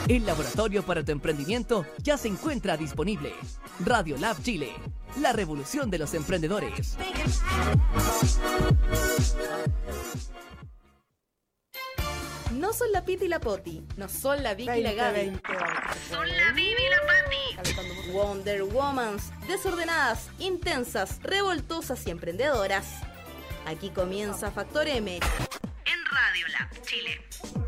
El laboratorio para tu emprendimiento ya se encuentra disponible. Radio Lab Chile, la revolución de los emprendedores. No son la Piti y la Poti, no son la Vicky y la Gaby. Son la Bibi y la Pati. Wonder Womans, desordenadas, intensas, revoltosas y emprendedoras. Aquí comienza Factor M. En Radio Lab Chile.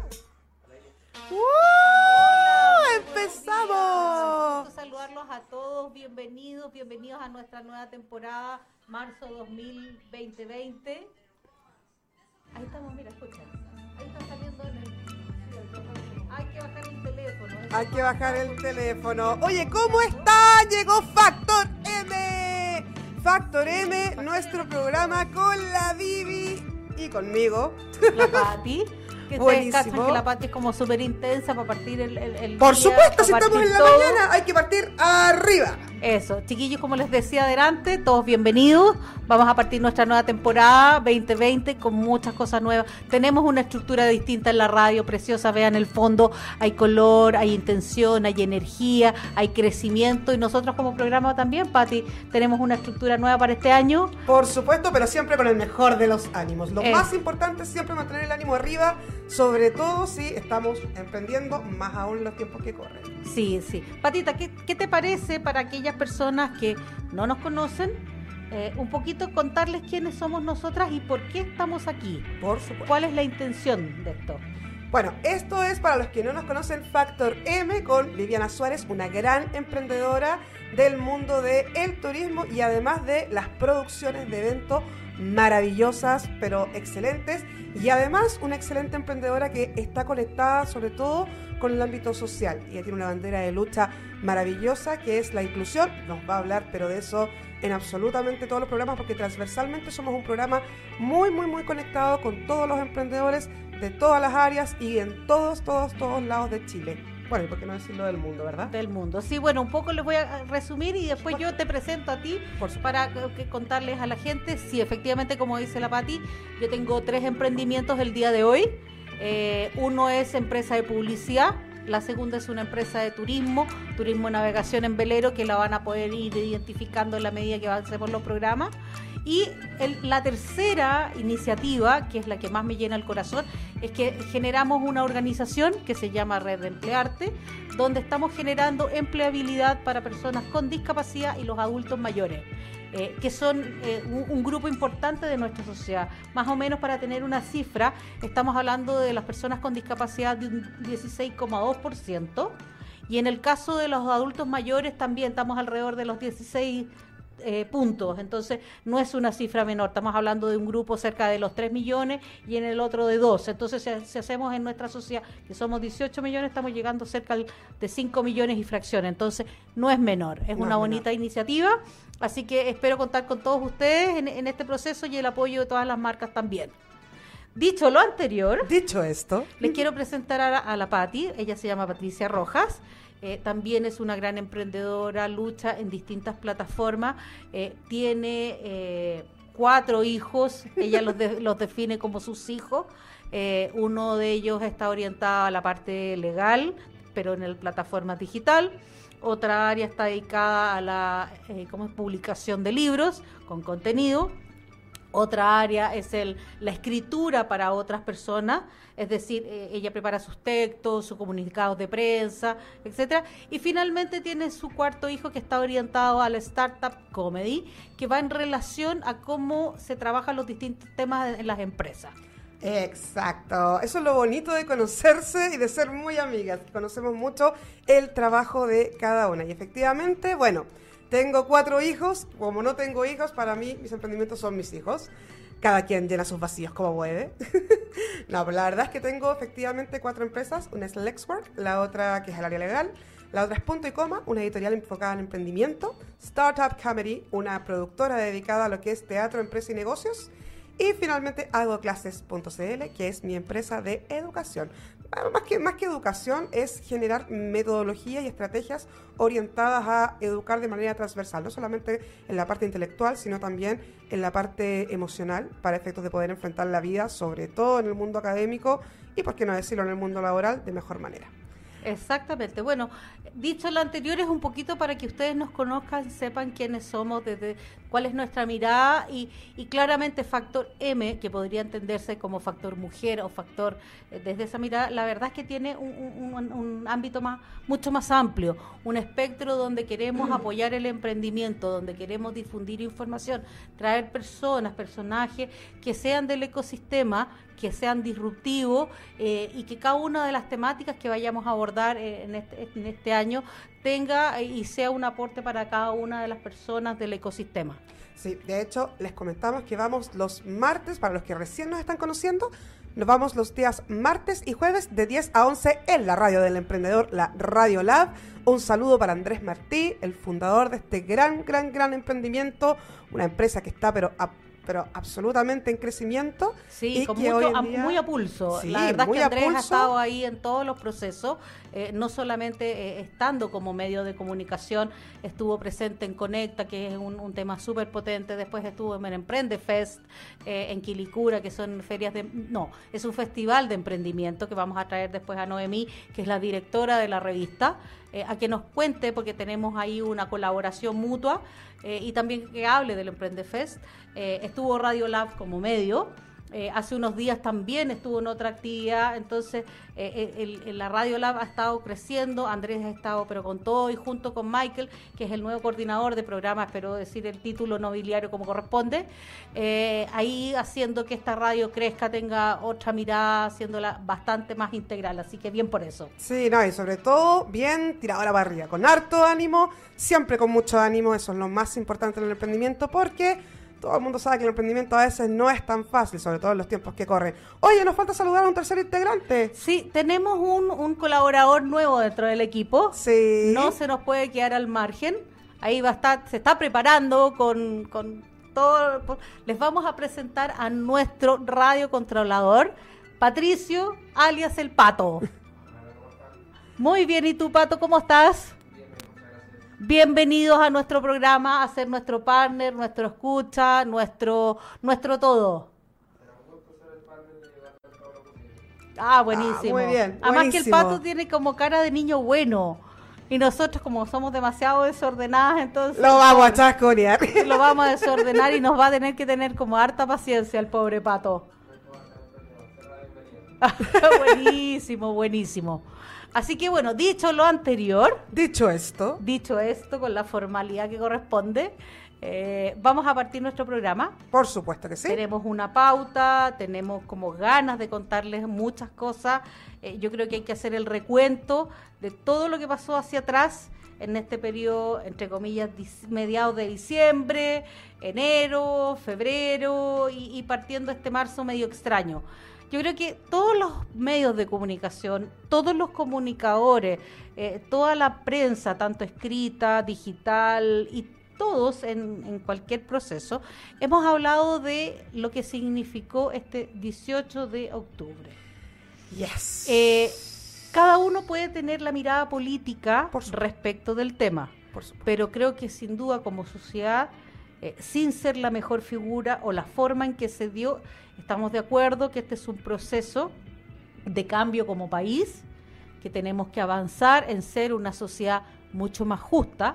¡Empezamos! Saludarlos a todos, bienvenidos a nuestra nueva temporada, marzo 2020. Ahí estamos, mira, escucha. Ahí está saliendo en el... Hay que bajar el teléfono. Hay que bajar el teléfono. Oye, ¿cómo está? Llegó Factor M. Factor M, nuestro programa con la Bibi y conmigo. La Pati. Que ustedes cachan que la Pati es como súper intensa para partir el Por día, supuesto, si estamos en la todo. mañana hay que partir arriba. Eso, chiquillos, como les decía adelante, todos bienvenidos. Vamos a partir nuestra nueva temporada 2020 con muchas cosas nuevas. Tenemos una estructura distinta en la radio, preciosa, vean el fondo, hay color, hay intención, hay energía, hay crecimiento y nosotros como programa también, Pati, tenemos una estructura nueva para este año. Por supuesto, pero siempre con el mejor de los ánimos. Lo más importante es siempre mantener el ánimo arriba, sobre todo si estamos emprendiendo, más aún en los tiempos que corren. Sí, sí. Patita, ¿qué te parece para aquellas personas que no nos conocen? Un poquito contarles quiénes somos nosotras y por qué estamos aquí. Por supuesto. ¿Cuál es la intención de esto? Bueno, esto es para los que no nos conocen Factor M con Viviana Suárez, una gran emprendedora del mundo del turismo y además de las producciones de eventos maravillosas, pero excelentes, y además una excelente emprendedora que está conectada sobre todo con el ámbito social. Ella tiene una bandera de lucha maravillosa que es la inclusión. Nos va a hablar, pero de eso en absolutamente todos los programas, porque transversalmente somos un programa muy conectado con todos los emprendedores de todas las áreas y en todos lados de Chile. Bueno, y por qué no decirlo del mundo, ¿verdad? Del mundo. Sí, bueno, un poco les voy a resumir y después yo te presento a ti para contarles a la gente. Sí, efectivamente, como dice la Pati, yo tengo 3 emprendimientos el día de hoy. Uno es empresa de publicidad, la segunda es una empresa de turismo navegación en velero, que la van a poder ir identificando en la medida que avancemos los programas. Y la tercera iniciativa, que es la que más me llena el corazón, es que generamos una organización que se llama Red de Emplearte, donde estamos generando empleabilidad para personas con discapacidad y los adultos mayores, que son un grupo importante de nuestra sociedad. Más o menos, para tener una cifra, estamos hablando de las personas con discapacidad de un 16,2%, y en el caso de los adultos mayores también estamos alrededor de los 16 puntos. Entonces no es una cifra menor, estamos hablando de un grupo cerca de los 3 millones y en el otro de 12. Entonces si hacemos en nuestra sociedad, que somos 18 millones, estamos llegando cerca de 5 millones y fracciones. Entonces no es menor, es una bonita iniciativa, así que espero contar con todos ustedes en este proceso y el apoyo de todas las marcas también. Dicho lo anterior, dicho esto, les quiero presentar a la Pati. Ella se llama Patricia Rojas. También es una gran emprendedora, lucha en distintas plataformas, tiene 4 hijos, ella los define como sus hijos. Uno de ellos está orientado a la parte legal, pero en la plataforma digital. Otra área está dedicada a la publicación de libros con contenido. Otra área es la escritura para otras personas, es decir, ella prepara sus textos, sus comunicados de prensa, etcétera. Y finalmente tiene su 4 hijo, que está orientado a la startup comedy, que va en relación a cómo se trabajan los distintos temas en las empresas. Exacto, eso es lo bonito de conocerse y de ser muy amigas. Conocemos mucho el trabajo de cada una y efectivamente, bueno, tengo 4 hijos. Como no tengo hijos, para mí mis emprendimientos son mis hijos. Cada quien llena sus vacíos como puede. No, pero la verdad es que tengo efectivamente 4 empresas. Una es Lexwork, la otra que es el área legal, la otra es Punto y Coma, una editorial enfocada en emprendimiento, Startup Comedy, una productora dedicada a lo que es teatro, empresa y negocios, y finalmente Algoclases.cl, que es mi empresa de educación. Más que educación, es generar metodología y estrategias orientadas a educar de manera transversal, no solamente en la parte intelectual, sino también en la parte emocional, para efectos de poder enfrentar la vida, sobre todo en el mundo académico y, por qué no decirlo, en el mundo laboral, de mejor manera. Exactamente. Bueno, dicho lo anterior, es un poquito para que ustedes nos conozcan, sepan quiénes somos, desde cuál es nuestra mirada y claramente Factor M, que podría entenderse como factor mujer o factor desde esa mirada, la verdad es que tiene un ámbito mucho más amplio, un espectro donde queremos apoyar el emprendimiento, donde queremos difundir información, traer personajes que sean del ecosistema, que sean disruptivos y que cada una de las temáticas que vayamos a abordar en este año tenga y sea un aporte para cada una de las personas del ecosistema. Sí, de hecho, les comentamos que vamos los martes, para los que recién nos están conociendo, nos vamos los días martes y jueves de 10 a 11 en la radio del emprendedor, la Radio Lab. Un saludo para Andrés Martí, el fundador de este gran emprendimiento, una empresa que está pero absolutamente en crecimiento. Sí, muy a pulso. Sí, la verdad es que Andrés ha estado ahí en todos los procesos, no solamente estando como medio de comunicación, estuvo presente en Conecta, que es un tema súper potente, después estuvo en Emprende Fest, en Quilicura, que son es un festival de emprendimiento que vamos a traer después a Noemí, que es la directora de la revista, a que nos cuente, porque tenemos ahí una colaboración mutua, y también que hable del Emprende Fest. Estuvo Radio Lab como medio, hace unos días también estuvo en otra actividad, entonces la Radio Lab ha estado creciendo, Andrés ha estado pero con todo, y junto con Michael, que es el nuevo coordinador de programa, espero decir el título nobiliario como corresponde, ahí haciendo que esta radio crezca, tenga otra mirada, haciéndola bastante más integral, así que bien por eso. Sí, no, y sobre todo bien tirado a la parrilla, con harto ánimo, siempre con mucho ánimo, eso es lo más importante en el emprendimiento, porque todo el mundo sabe que el emprendimiento a veces no es tan fácil, sobre todo en los tiempos que corren. Oye, nos falta saludar a un tercer integrante. Sí, tenemos un colaborador nuevo dentro del equipo. Sí. No se nos puede quedar al margen. Ahí va a estar, se está preparando con todo. Les vamos a presentar a nuestro radiocontrolador, Patricio, alias el Pato. Muy bien, ¿y tú, Pato, cómo estás? Bienvenidos a nuestro programa, a ser nuestro partner, nuestro escucha, nuestro todo. Buenísimo. Muy bien, además buenísimo. que el Pato tiene como cara de niño bueno. Y nosotros, como somos demasiado desordenadas, entonces Lo vamos a chasconear. lo vamos a desordenar y nos va a tener que tener como harta paciencia el pobre Pato. Buenísimo. Así que bueno, dicho lo anterior, Dicho esto, con la formalidad que corresponde, vamos a partir nuestro programa. por supuesto que sí. Tenemos una pauta, tenemos como ganas de contarles muchas cosas. Yo creo que hay que hacer el recuento de todo lo que pasó hacia atrás en este periodo, entre comillas, mediados de diciembre, enero, febrero y partiendo este marzo medio extraño. Yo creo que todos los medios de comunicación, todos los comunicadores, toda la prensa, tanto escrita, digital y todos en cualquier proceso, hemos hablado de lo que significó este 18 de octubre. Yes. Cada uno puede tener la mirada política Por supuesto. respecto del tema, Por supuesto. pero creo que sin duda como sociedad, sin ser la mejor figura o la forma en que se dio, estamos de acuerdo que este es un proceso de cambio como país, que tenemos que avanzar en ser una sociedad mucho más justa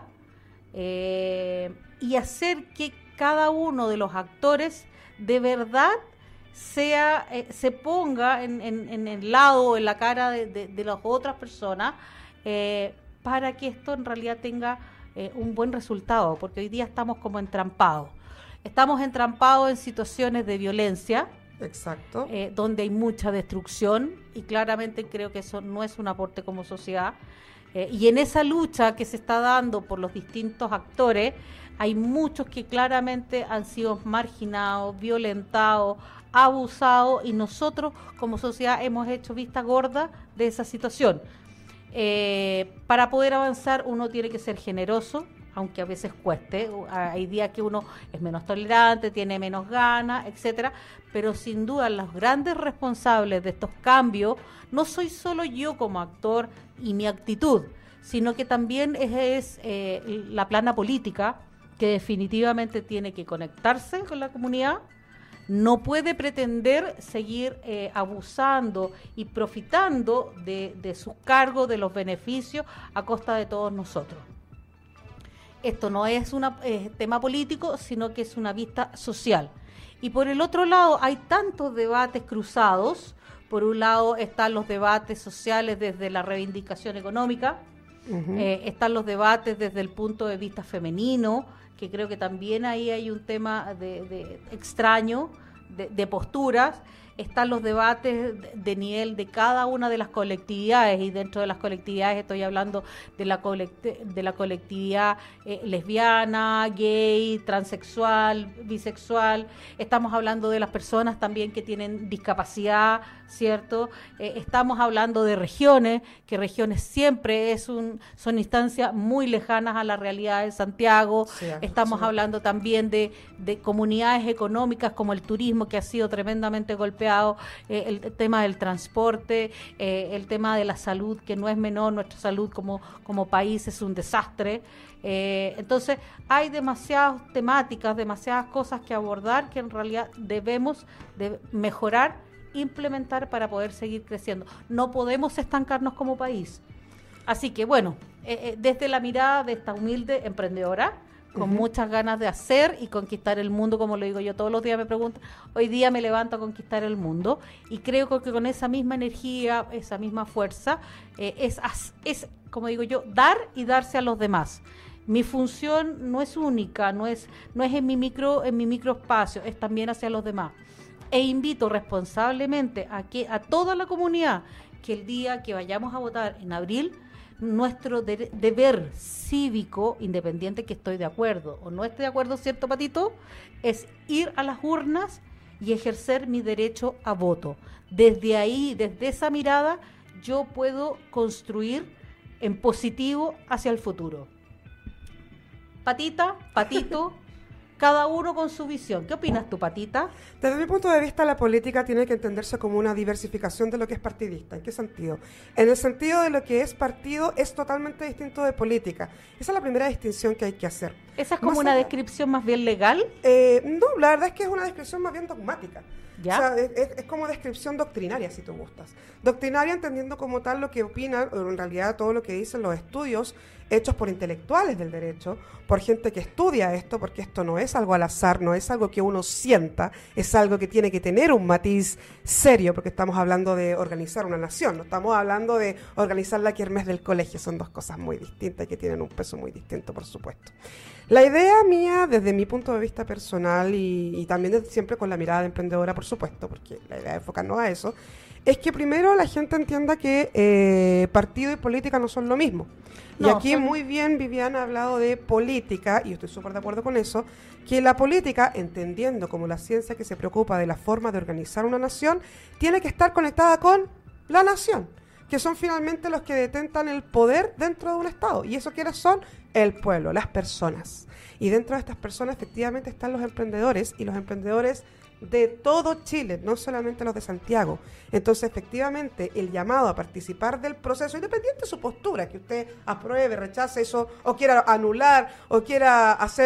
y hacer que cada uno de los actores de verdad se ponga en el lado, en la cara de las otras personas para que esto en realidad tenga un buen resultado, porque hoy día estamos como entrampados. Estamos entrampados en situaciones de violencia, Exacto. donde hay mucha destrucción y claramente creo que eso no es un aporte como sociedad. Y en esa lucha que se está dando por los distintos actores, hay muchos que claramente han sido marginados, violentados, abusados y nosotros como sociedad hemos hecho vista gorda de esa situación. Para poder avanzar uno tiene que ser generoso, aunque a veces cueste, hay días que uno es menos tolerante, tiene menos ganas, etcétera, pero sin duda los grandes responsables de estos cambios no soy solo yo como actor y mi actitud, sino que también es la plana política que definitivamente tiene que conectarse con la comunidad, no puede pretender seguir abusando y profitando de sus cargos, de los beneficios a costa de todos nosotros. Esto no es un tema político, sino que es una vista social. Y por el otro lado, hay tantos debates cruzados. Por un lado están los debates sociales desde la reivindicación económica, están los debates desde el punto de vista femenino, que creo que también ahí hay un tema de extraño, de posturas. Están los debates de nivel de cada una de las colectividades, y dentro de las colectividades estoy hablando de la colectividad lesbiana, gay, transexual, bisexual. Estamos hablando de las personas también que tienen discapacidad, ¿cierto? Estamos hablando de regiones, que regiones siempre son instancias muy lejanas a la realidad de Santiago. Sí, estamos hablando también de comunidades económicas como el turismo, que ha sido tremendamente golpeado, el tema del transporte, el tema de la salud, que no es menor. Nuestra salud como país es un desastre. Entonces hay demasiadas temáticas, demasiadas cosas que abordar, que en realidad debemos de mejorar, implementar para poder seguir creciendo. No podemos estancarnos como país. Así que bueno, desde la mirada de esta humilde emprendedora, con muchas ganas de hacer y conquistar el mundo, como lo digo yo todos los días, me preguntan, hoy día me levanto a conquistar el mundo, y creo que con esa misma energía, esa misma fuerza, es como digo yo, dar y darse a los demás. Mi función no es única, no es en mi microespacio, es también hacia los demás. E invito responsablemente a toda la comunidad que el día que vayamos a votar en abril, nuestro deber cívico, independiente que estoy de acuerdo o no esté de acuerdo, ¿cierto, Patito?, es ir a las urnas y ejercer mi derecho a voto. Desde ahí, desde esa mirada, yo puedo construir en positivo hacia el futuro. Patito, cada uno con su visión. ¿Qué opinas tú, Patita? Desde mi punto de vista, la política tiene que entenderse como una diversificación de lo que es partidista. ¿En qué sentido? En el sentido de lo que es partido es totalmente distinto de política. Esa es la primera distinción que hay que hacer. ¿Esa es como una descripción más bien legal? No, la verdad es que es una descripción más bien dogmática. ¿Ya? O sea, es como descripción doctrinaria, si tú gustas. Doctrinaria entendiendo como tal lo que opinan, o en realidad todo lo que dicen los estudios hechos por intelectuales del derecho, por gente que estudia esto, porque esto no es algo al azar, no es algo que uno sienta, es algo que tiene que tener un matiz serio, porque estamos hablando de organizar una nación, no estamos hablando de organizar la kermés del colegio, son dos cosas muy distintas y que tienen un peso muy distinto, por supuesto. La idea mía, desde mi punto de vista personal y también siempre con la mirada de emprendedora, por supuesto, porque la idea es enfocarnos a eso, es que primero la gente entienda que partido y política no son lo mismo. Y aquí muy bien Viviana ha hablado de política, y yo estoy súper de acuerdo con eso, que la política, entendiendo como la ciencia que se preocupa de la forma de organizar una nación, tiene que estar conectada con la nación, que son finalmente los que detentan el poder dentro de un Estado. ¿Y eso quiénes son? El pueblo, las personas. Y dentro de estas personas efectivamente están los emprendedores, y los emprendedores de todo Chile, no solamente los de Santiago. Entonces, efectivamente, el llamado a participar del proceso, independiente de su postura, que usted apruebe, rechace eso, o quiera anular, o quiera hacer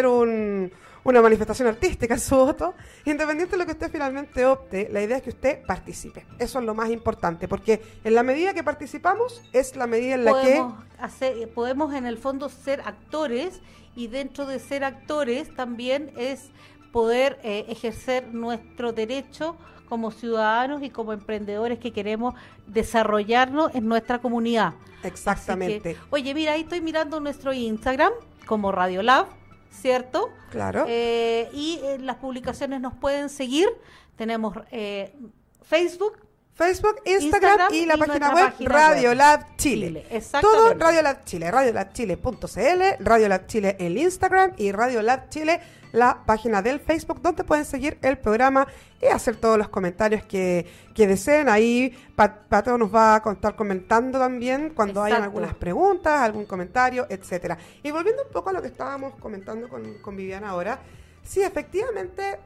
una manifestación artística en su voto, independiente de lo que usted finalmente opte, la idea es que usted participe. Eso es lo más importante, porque en la medida que participamos, es la medida en la que podemos en el fondo ser actores, y dentro de ser actores también es poder ejercer nuestro derecho como ciudadanos y como emprendedores que queremos desarrollarnos en nuestra comunidad. Exactamente. Que, oye, mira, ahí estoy mirando nuestro Instagram como Radiolab, ¿cierto? Claro. Y las publicaciones nos pueden seguir. Tenemos Facebook, Instagram y la página web Radiolab Chile. Todo Radiolab Chile, radiolabchile.cl, Radiolab Chile el Instagram y Radiolab Chile la página del Facebook, donde pueden seguir el programa y hacer todos los comentarios que deseen. Ahí Pato nos va a estar comentando también cuando hayan algunas preguntas, algún comentario, etcétera. Y volviendo un poco a lo que estábamos comentando con Viviana ahora, sí, efectivamente,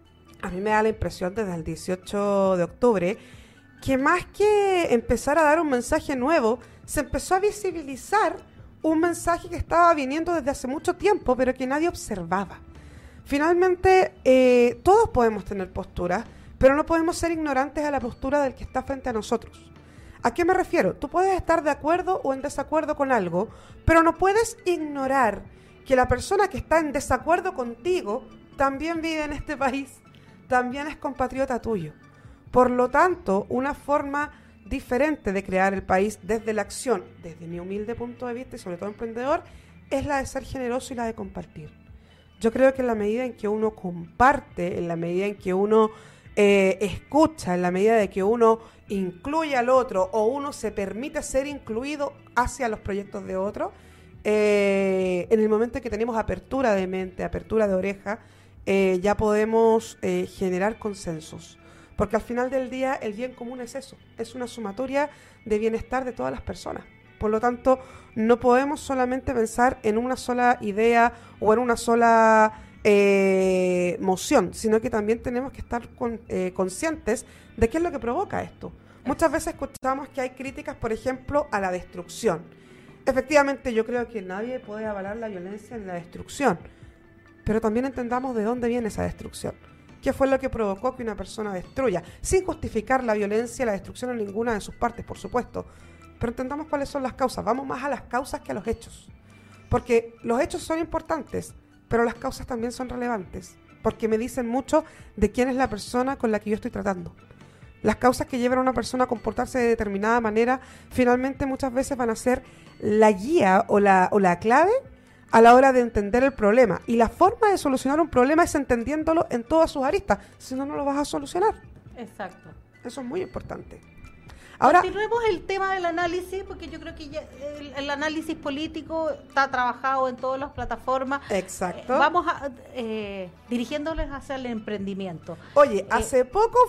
a mí me da la impresión desde el 18 de octubre que más que empezar a dar un mensaje nuevo, se empezó a visibilizar un mensaje que estaba viniendo desde hace mucho tiempo, pero que nadie observaba. Finalmente, todos podemos tener posturas, pero no podemos ser ignorantes a la postura del que está frente a nosotros. ¿A qué me refiero? Tú puedes estar de acuerdo o en desacuerdo con algo, pero no puedes ignorar que la persona que está en desacuerdo contigo también vive en este país, también es compatriota tuyo. Por lo tanto, una forma diferente de crear el país desde la acción, desde mi humilde punto de vista y sobre todo emprendedor, es la de ser generoso y la de compartir. Yo creo que en la medida en que uno comparte, en la medida en que uno escucha, en la medida de que uno incluye al otro o uno se permite ser incluido hacia los proyectos de otro, en el momento en que tenemos apertura de mente, apertura de oreja, ya podemos generar consensos. Porque al final del día el bien común es eso, es una sumatoria de bienestar de todas las personas. Por lo tanto, no podemos solamente pensar en una sola idea o en una sola moción, sino que también tenemos que estar conscientes de qué es lo que provoca esto. Muchas veces escuchamos que hay críticas, por ejemplo, a la destrucción. Efectivamente, yo creo que nadie puede avalar la violencia en la destrucción, pero también entendamos de dónde viene esa destrucción. ¿Qué fue lo que provocó que una persona destruya? Sin justificar la violencia y la destrucción en ninguna de sus partes, por supuesto. Pero entendamos cuáles son las causas. Vamos más a las causas que a los hechos. Porque los hechos son importantes, pero las causas también son relevantes. Porque me dicen mucho de quién es la persona con la que yo estoy tratando. Las causas que llevan a una persona a comportarse de determinada manera, finalmente muchas veces van a ser la guía o la clave a la hora de entender el problema. Y la forma de solucionar un problema es entendiéndolo en todas sus aristas. Si no, no lo vas a solucionar. Exacto. Eso es muy importante. Ahora, continuemos el tema del análisis, porque yo creo que ya el análisis político está trabajado en todas las plataformas. Exacto. Vamos dirigiéndoles hacia el emprendimiento. Oye, hace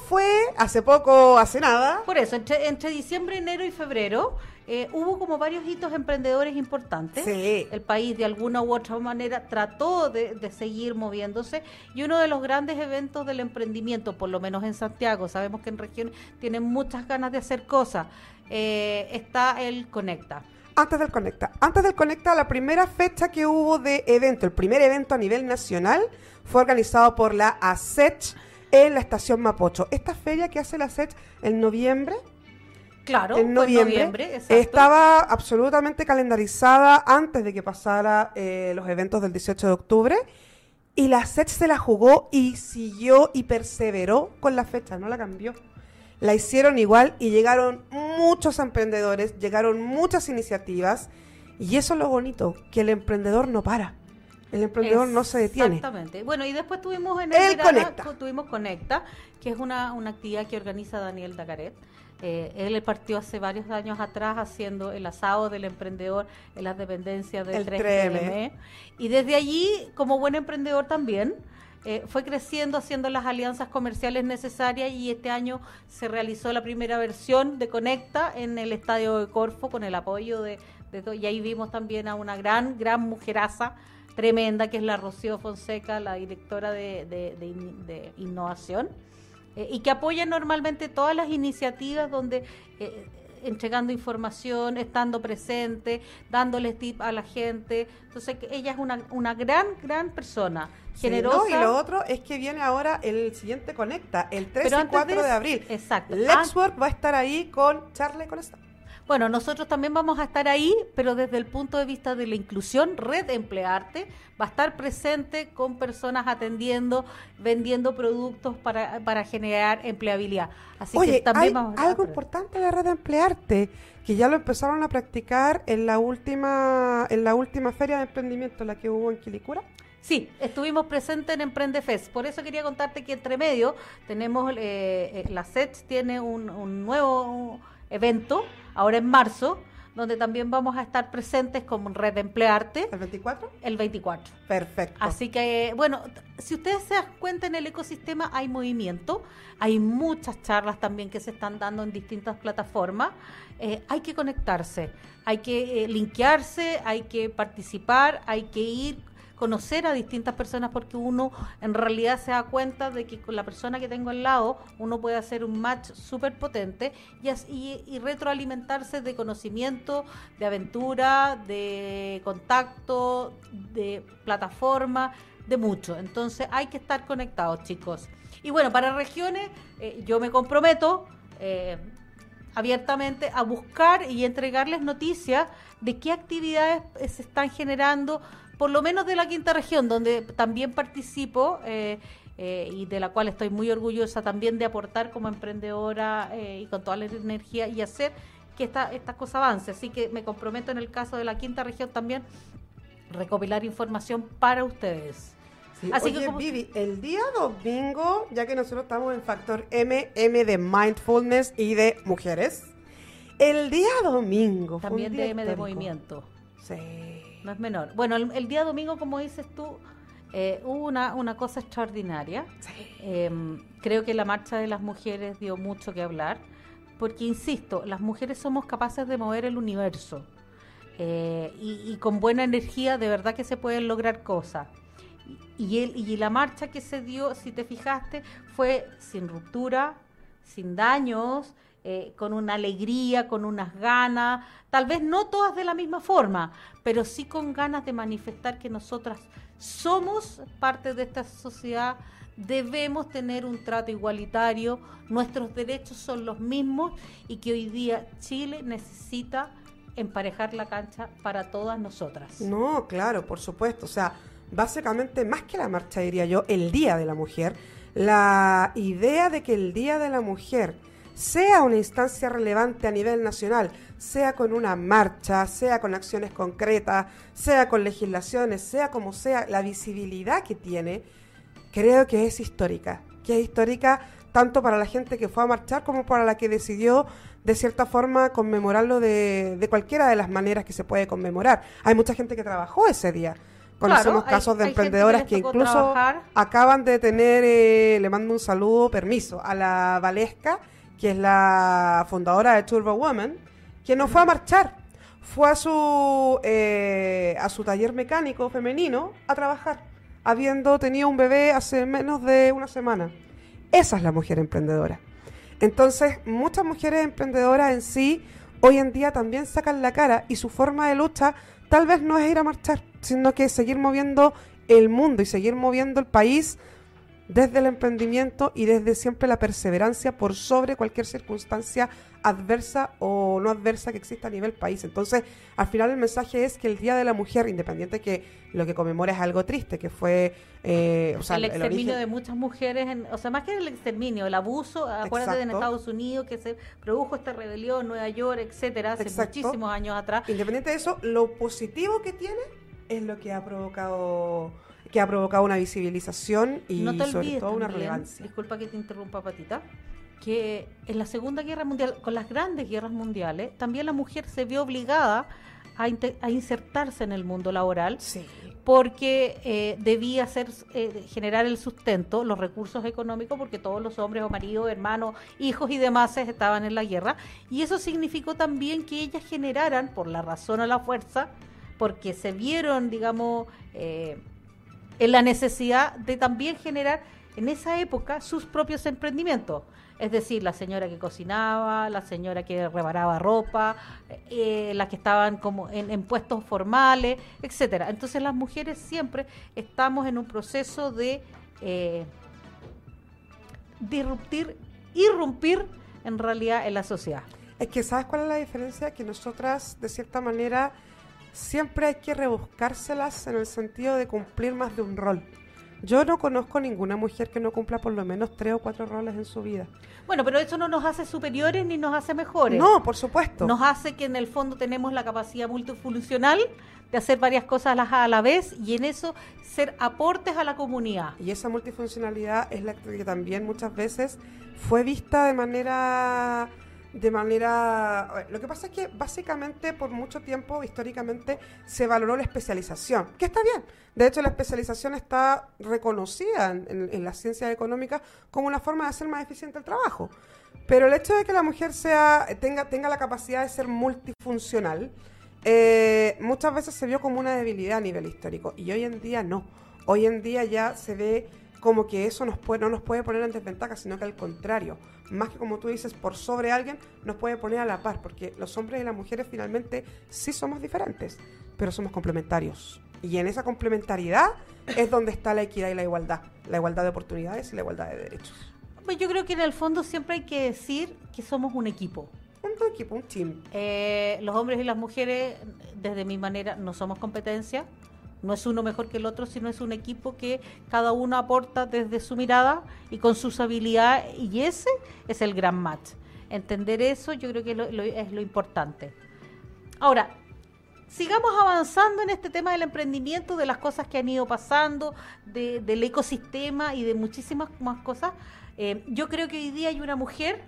nada. Por eso, entre diciembre, enero y febrero, hubo como varios hitos emprendedores importantes. Sí. El país de alguna u otra manera trató de seguir moviéndose, y uno de los grandes eventos del emprendimiento, por lo menos en Santiago, sabemos que en regiones tienen muchas ganas de hacer cosas, está el Conecta. Antes del Conecta, la primera fecha que hubo de evento, el primer evento a nivel nacional, fue organizado por la ASECH en la estación Mapocho. Esta feria que hace la ASECH en noviembre, Claro, noviembre, estaba absolutamente calendarizada antes de que pasara los eventos del 18 de octubre, y la SET se la jugó y siguió y perseveró con la fecha, no la cambió. La hicieron igual y llegaron muchos emprendedores, llegaron muchas iniciativas, y eso es lo bonito, que el emprendedor no para. El emprendedor no se detiene. Exactamente. Bueno, y después tuvimos en el Conecta. Tuvimos Conecta, que es una actividad que organiza Daniel Dacaret. Él partió hace varios años atrás haciendo el asado del emprendedor en las dependencias del 3M. Y desde allí, como buen emprendedor también, fue creciendo, haciendo las alianzas comerciales necesarias, y este año se realizó la primera versión de Conecta en el Estadio de Corfo con el apoyo de todo. Y ahí vimos también a una gran mujeraza tremenda, que es la Rocío Fonseca, la directora de innovación, y que apoya normalmente todas las iniciativas donde entregando información, estando presente, dándoles tip a la gente. Entonces ella es una gran persona, generosa. Sí, no, y lo otro es que viene ahora el siguiente Conecta, el 3 y 4 de abril. Exacto. Lexwork va a estar ahí con charla y con esta. Bueno, nosotros también vamos a estar ahí, pero desde el punto de vista de la inclusión. Red Emplearte va a estar presente con personas atendiendo, vendiendo productos para generar empleabilidad. Así Oye, que también hay vamos a algo importante de Red Emplearte, que ya lo empezaron a practicar en la última feria de emprendimiento, la que hubo en Quilicura. Sí, estuvimos presentes en Emprendefest. Por eso quería contarte que entre medio tenemos, la SET tiene un nuevo evento, ahora en marzo, donde también vamos a estar presentes como Red Emplearte. ¿El 24? El 24. Perfecto. Así que, bueno, si ustedes se dan cuenta, en el ecosistema hay movimiento, hay muchas charlas también que se están dando en distintas plataformas. Hay que conectarse, hay que linkearse, hay que participar, hay que ir conocer a distintas personas, porque uno en realidad se da cuenta de que con la persona que tengo al lado uno puede hacer un match súper potente y retroalimentarse de conocimiento, de aventura, de contacto, de plataforma. de mucho. Entonces hay que estar conectados, chicos. Y bueno, para regiones, yo me comprometo abiertamente a buscar y entregarles noticias de qué actividades se están generando, por lo menos de la quinta región, donde también participo y de la cual estoy muy orgullosa también de aportar como emprendedora y con toda la energía y hacer que esta cosa avance. Así que me comprometo en el caso de la quinta región también recopilar información para ustedes. Sí. Así Oye, que como... Vivi, el día domingo, ya que nosotros estamos en Factor M de Mindfulness y de mujeres, el día domingo fue también un día de M de histórico. movimiento. Sí. No es menor. Bueno, el día domingo, como dices tú, hubo una cosa extraordinaria. Creo que la marcha de las mujeres dio mucho que hablar, porque, insisto, las mujeres somos capaces de mover el universo y con buena energía de verdad que se pueden lograr cosas. Y la marcha que se dio, si te fijaste, fue sin ruptura, sin daños, con una alegría, con unas ganas, tal vez no todas de la misma forma, pero sí con ganas de manifestar que nosotras somos parte de esta sociedad, debemos tener un trato igualitario, nuestros derechos son los mismos y que hoy día Chile necesita emparejar la cancha para todas nosotras. No, claro, por supuesto. O sea, básicamente, más que la marcha, diría yo, el Día de la Mujer, la idea de que el Día de la Mujer sea una instancia relevante a nivel nacional, sea con una marcha, sea con acciones concretas, sea con legislaciones, sea como sea, la visibilidad que tiene, creo que es histórica tanto para la gente que fue a marchar como para la que decidió de cierta forma conmemorarlo de cualquiera de las maneras que se puede conmemorar. Hay mucha gente que trabajó ese día. Conocemos casos de emprendedoras que incluso trabajar. Acaban de tener, le mando un saludo, permiso, a la Valesca, que es la fundadora de Turbo Woman, que no fue a marchar, fue a su taller mecánico femenino a trabajar, habiendo tenido un bebé hace menos de una semana. Esa es la mujer emprendedora. Entonces, muchas mujeres emprendedoras en sí, hoy en día también sacan la cara y su forma de lucha tal vez no es ir a marchar, sino que seguir moviendo el mundo y seguir moviendo el país desde el emprendimiento y desde siempre la perseverancia por sobre cualquier circunstancia adversa o no adversa que exista a nivel país. Entonces, al final el mensaje es que el Día de la Mujer, independiente que lo que conmemora es algo triste, que fue el exterminio origen de muchas mujeres, más que el exterminio, el abuso, acuérdate en Estados Unidos que se produjo esta rebelión, en Nueva York, etcétera, hace muchísimos años atrás. Independiente de eso, lo positivo que tiene es lo que ha provocado una visibilización y no te sobre olvides todo una también, relevancia. Disculpa que te interrumpa, Patita, que en la Segunda Guerra Mundial, con las grandes guerras mundiales, también la mujer se vio obligada a insertarse en el mundo laboral, Sí. porque debía generar el sustento, los recursos económicos, porque todos los hombres o maridos, hermanos, hijos y demás estaban en la guerra, y eso significó también que ellas generaran, por la razón o la fuerza, porque se vieron, digamos, en la necesidad de también generar en esa época sus propios emprendimientos. Es decir, la señora que cocinaba, la señora que reparaba ropa, las que estaban como en puestos formales, etcétera. Entonces las mujeres siempre estamos en un proceso de irrumpir en realidad en la sociedad. Es que ¿sabes cuál es la diferencia? Que nosotras, de cierta manera, siempre hay que rebuscárselas en el sentido de cumplir más de un rol. Yo no conozco ninguna mujer que no cumpla por lo menos 3 o 4 roles en su vida. Bueno, pero eso no nos hace superiores ni nos hace mejores. No, por supuesto. Nos hace que en el fondo tenemos la capacidad multifuncional de hacer varias cosas a la vez y en eso ser aportes a la comunidad. Y esa multifuncionalidad es la que también muchas veces fue vista de manera... Lo que pasa es que básicamente por mucho tiempo históricamente se valoró la especialización, que está bien. De hecho, la especialización está reconocida en las ciencias económicas como una forma de hacer más eficiente el trabajo. Pero el hecho de que la mujer tenga la capacidad de ser multifuncional, muchas veces se vio como una debilidad a nivel histórico. Y hoy en día no. Hoy en día ya se ve como que eso no nos puede poner en desventaja, sino que al contrario, más que como tú dices, por sobre alguien, nos puede poner a la par, porque los hombres y las mujeres finalmente sí somos diferentes, pero somos complementarios. Y en esa complementariedad es donde está la equidad y la igualdad de oportunidades y la igualdad de derechos. Pues yo creo que en el fondo siempre hay que decir que somos un equipo. Un equipo, un team. Los hombres y las mujeres, desde mi manera, no somos competencia. No es uno mejor que el otro, sino es un equipo que cada uno aporta desde su mirada y con sus habilidades, y ese es el gran match. Entender eso yo creo que es lo importante. Ahora, sigamos avanzando en este tema del emprendimiento, de las cosas que han ido pasando, del ecosistema y de muchísimas más cosas. Yo creo que hoy día hay una mujer,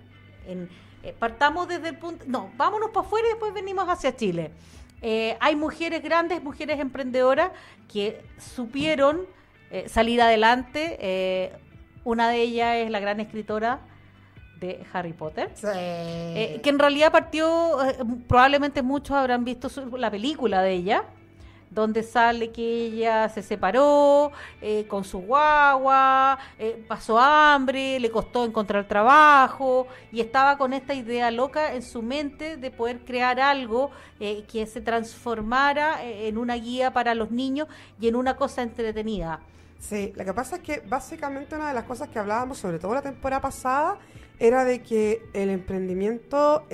partamos desde el punto... No, vámonos para afuera y después venimos hacia Chile. Hay mujeres grandes, mujeres emprendedoras que supieron salir adelante. Una de ellas es la gran escritora de Harry Potter, Sí. que en realidad partió, probablemente muchos habrán visto la película de ella, donde sale que ella se separó con su guagua, pasó hambre, le costó encontrar trabajo y estaba con esta idea loca en su mente de poder crear algo que se transformara en una guía para los niños y en una cosa entretenida. Sí, lo que pasa es que básicamente una de las cosas que hablábamos, sobre todo la temporada pasada, era de que el emprendimiento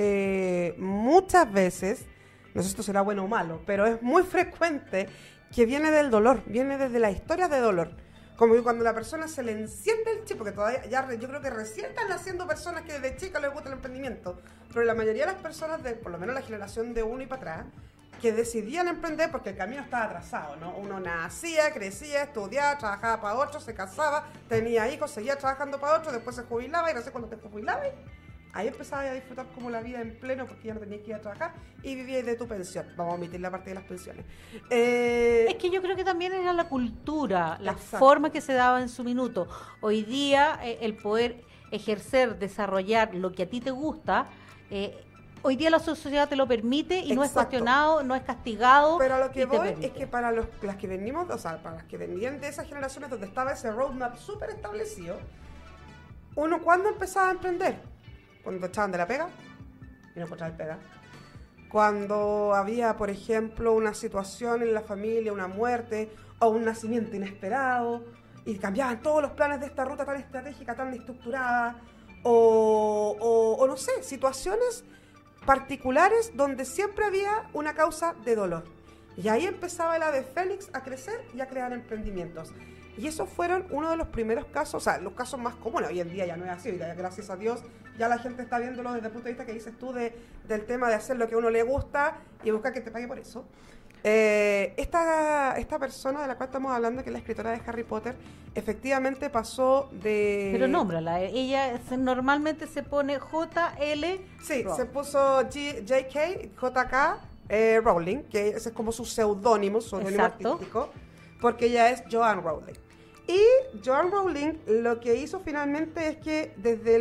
muchas veces, no sé si esto será bueno o malo, pero es muy frecuente que viene del dolor, viene desde las historias de dolor. Como que cuando la persona se le enciende el chip, porque todavía, yo creo que recién están naciendo personas que desde chicas les gusta el emprendimiento, pero la mayoría de las personas, por lo menos la generación de uno y para atrás, que decidían emprender porque el camino estaba atrasado, ¿no? Uno nacía, crecía, estudiaba, trabajaba para otro, se casaba, tenía hijos, seguía trabajando para otro, después se jubilaba y no sé cuándo te jubilabas. Ahí empezabas a disfrutar como la vida en pleno porque ya no tenías que ir a trabajar y vivías de tu pensión. Vamos a omitir la parte de las pensiones. Es que yo creo que también era la cultura, la Exacto. forma que se daba en su minuto. Hoy día el poder ejercer, desarrollar lo que a ti te gusta, hoy día la sociedad te lo permite y no es Exacto. cuestionado, no es castigado. Pero a lo que y te voy permite. es que para las que venimos, o sea, para las que venían de esas generaciones donde estaba ese roadmap súper establecido, uno ¿cuándo empezaba a emprender? Cuando te echaban de la pega y no encontraban pega. Cuando había, por ejemplo, una situación en la familia, una muerte o un nacimiento inesperado y cambiaban todos los planes de esta ruta tan estratégica, tan estructurada, o no sé, situaciones particulares donde siempre había una causa de dolor. Y ahí empezaba el ave fénix a crecer y a crear emprendimientos. Y esos fueron uno de los primeros casos, o sea, los casos más comunes. Hoy en día ya no es así, ya, gracias a Dios, ya la gente está viéndolo desde el punto de vista que dices tú del tema de hacer lo que a uno le gusta y buscar que te pague por eso. Esta persona de la cual estamos hablando, que es la escritora de Harry Potter, efectivamente pasó de... Pero nómbrala, ella normalmente se pone JL. Sí, Rowling. se puso JK Rowling, que ese es como su seudónimo Exacto. artístico, porque ella es Joanne Rowling. Y Joanne Rowling lo que hizo finalmente es que desde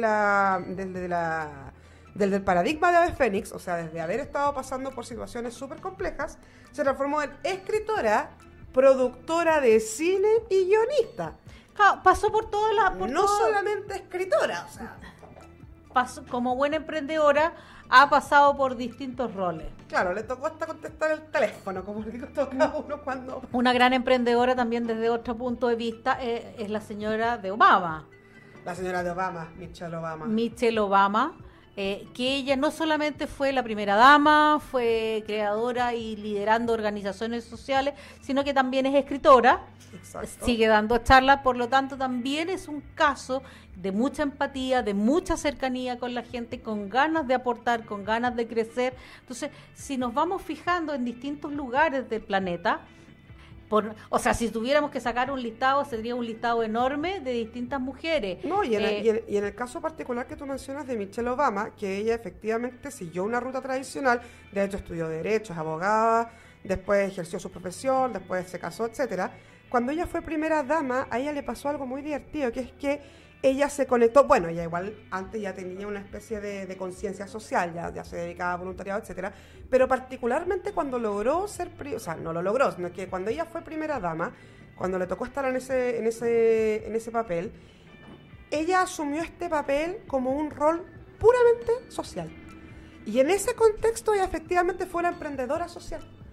el paradigma de ave fénix, o sea, desde haber estado pasando por situaciones súper complejas, se transformó en escritora, productora de cine y guionista. Claro, pasó por todas las... No solamente escritora, o sea... como buena emprendedora, ha pasado por distintos roles. Claro, le tocó hasta contestar el teléfono, como le toca a uno cuando... Una gran emprendedora también desde otro punto de vista es la señora de Obama, La señora de Obama, Michelle Obama. Michelle Obama, que ella no solamente fue la primera dama, fue creadora y liderando organizaciones sociales, sino que también es escritora. Exacto. Sigue dando charlas, por lo tanto también es un caso de mucha empatía, de mucha cercanía con la gente, con ganas de aportar, con ganas de crecer. Entonces, si nos vamos fijando en distintos lugares del planeta, o sea, si tuviéramos que sacar un listado, sería un listado enorme de distintas mujeres. No, y en el caso particular que tú mencionas de Michelle Obama, que ella efectivamente siguió una ruta tradicional, de hecho estudió Derecho, es abogada, después ejerció su profesión, después se casó, etcétera. Cuando ella fue primera dama, a ella le pasó algo muy divertido, que es que ella se conectó, bueno, ella igual antes ya tenía una especie de conciencia social, ya se dedicaba a voluntariado, etcétera, pero particularmente cuando logró ser, o sea, no lo logró, sino que cuando ella fue primera dama, cuando le tocó estar en ese papel, ella asumió este papel como un rol puramente social. Y en ese contexto ella efectivamente fue una emprendedora social.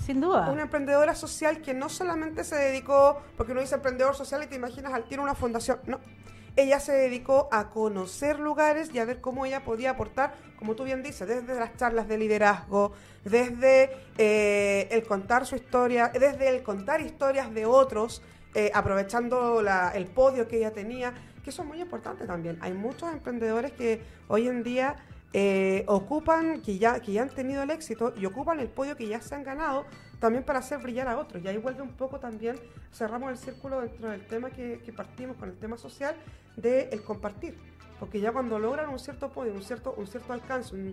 Sin duda. Una emprendedora social que no solamente se dedicó, porque uno dice emprendedor social y te imaginas al tiro una fundación, no. Ella se dedicó a conocer lugares y a ver cómo ella podía aportar, como tú bien dices, desde las charlas de liderazgo, desde el contar su historia, desde el contar historias de otros, aprovechando el podio que ella tenía, que eso es muy importante también. Hay muchos emprendedores que hoy en día ocupan, que ya han tenido el éxito y ocupan el podio que ya se han ganado también para hacer brillar a otros. Y ahí vuelve un poco también, cerramos el círculo dentro del tema que partimos con el tema social, del compartir. Porque ya cuando logran un cierto podio, un cierto alcance, un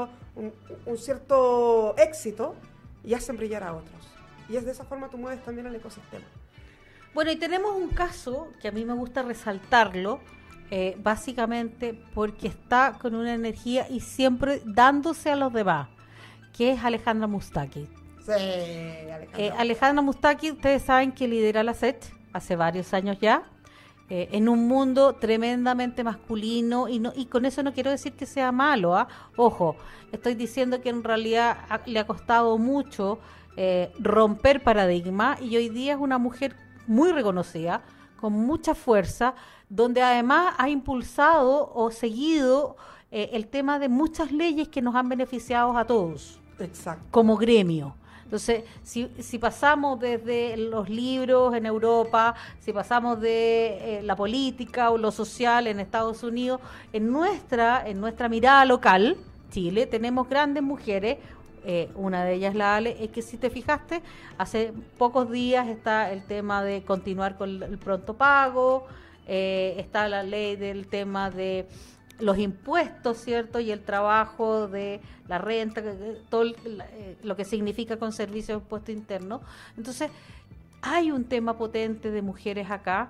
cierto éxito, y hacen brillar a otros. Y es de esa forma tú mueves también el ecosistema. Bueno, y tenemos un caso que a mí me gusta resaltarlo, básicamente porque está con una energía y siempre dándose a los demás, que es Alejandra Moustaki. Sí, Alejandra. Alejandra Moustaki, ustedes saben que lidera la SET hace varios años ya, en un mundo tremendamente masculino, y con eso no quiero decir que sea malo, ojo, estoy diciendo que en realidad le ha costado mucho romper paradigma, y hoy día es una mujer muy reconocida, con mucha fuerza, donde además ha impulsado o seguido el tema de muchas leyes que nos han beneficiado a todos. Exacto. Como gremio. Entonces, si pasamos desde los libros en Europa, si pasamos de la política o lo social en Estados Unidos, en nuestra mirada local, Chile, tenemos grandes mujeres. Una de ellas, la Ale, es que si te fijaste, hace pocos días está el tema de continuar con el pronto pago, está la ley del tema de los impuestos, ¿cierto? Y el trabajo de la renta, todo lo que significa con servicios de impuesto interno. Entonces, hay un tema potente de mujeres acá.